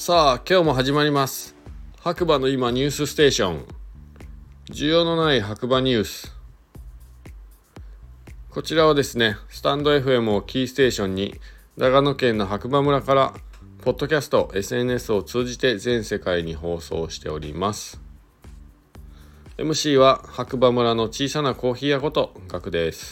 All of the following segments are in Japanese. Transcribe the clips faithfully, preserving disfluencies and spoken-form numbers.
さあ今日も始まります。白馬の今ニュースステーション、需要のない白馬ニュース。こちらはですね、スタンド エフエム をキーステーションに長野県の白馬村からポッドキャスト エスエヌエス を通じて全世界に放送しております。 エムシー は白馬村の小さなコーヒー屋ことガクです。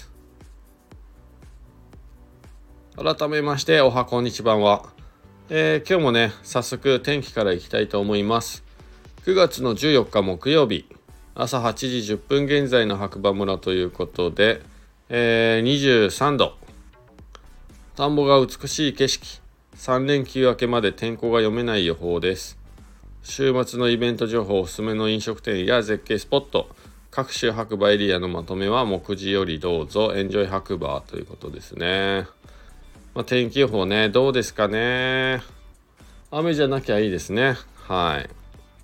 改めましておはこんにちばんは。えー、今日もね早速天気からいきたいと思います。くがつのじゅうよっか木曜日、朝はちじじゅっぷん現在の白馬村ということで、えー、にじゅうさんど、田んぼが美しい景色。さん連休明けまで天候が読めない予報です。週末のイベント情報、おすすめの飲食店や絶景スポット、各種白馬エリアのまとめは目次よりどうぞ。エンジョイ白馬ということですね。まあ、天気予報ね、どうですかね。雨じゃなきゃいいですね。はい、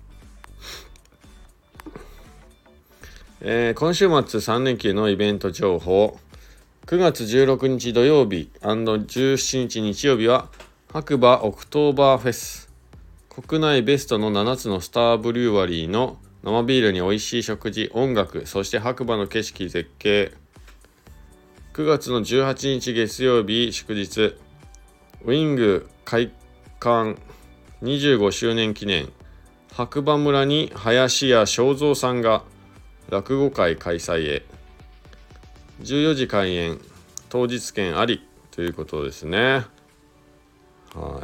えー、今週末さん連休のイベント情報。くがつじゅうろくにち土曜日 &じゅうしちにち日曜日は白馬オクトーバーフェス。国内ベストのななつのスターブリュワリーの生ビールに美味しい食事、音楽、そして白馬の景色、絶景。くがつのじゅうはちにち月曜日祝日、ウィング開館にじゅうごしゅうねん記念、白馬村に林家正蔵さんが落語会開催へ。じゅうよじ開演、当日券ありということですね。はい、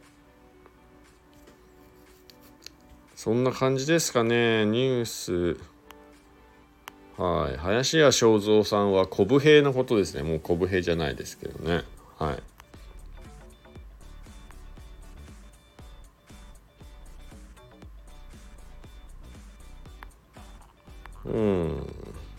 そんな感じですかね。ニュース、はい、林家正蔵さんは小武平のことですね。もう小武平じゃないですけどね。はい、うん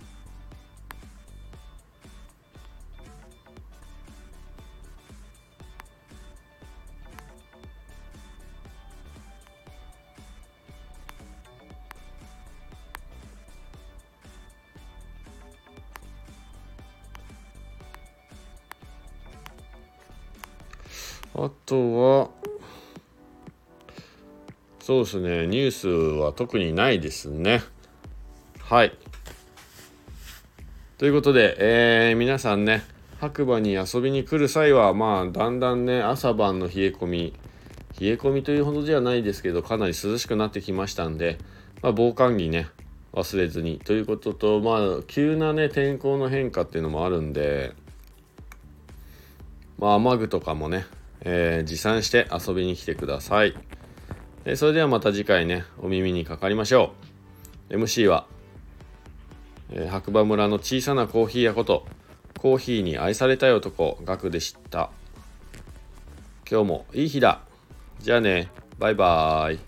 あとはそうですね、ニュースは特にないですね。はい、ということで、えー、皆さんね、白馬に遊びに来る際は、まあだんだんね朝晩の冷え込み冷え込みというほどではないですけど、かなり涼しくなってきましたんで、まあ、防寒着ね忘れずにということと、まあ急なね天候の変化っていうのもあるんで、まあ雨具とかもね、えー、持参して遊びに来てください。えー、それではまた次回ねお耳にかかりましょう。 エムシー は、えー、白馬村の小さなコーヒー屋こと、コーヒーに愛されたい男ガクでした。今日もいい日だ。じゃあね、バイバーイ。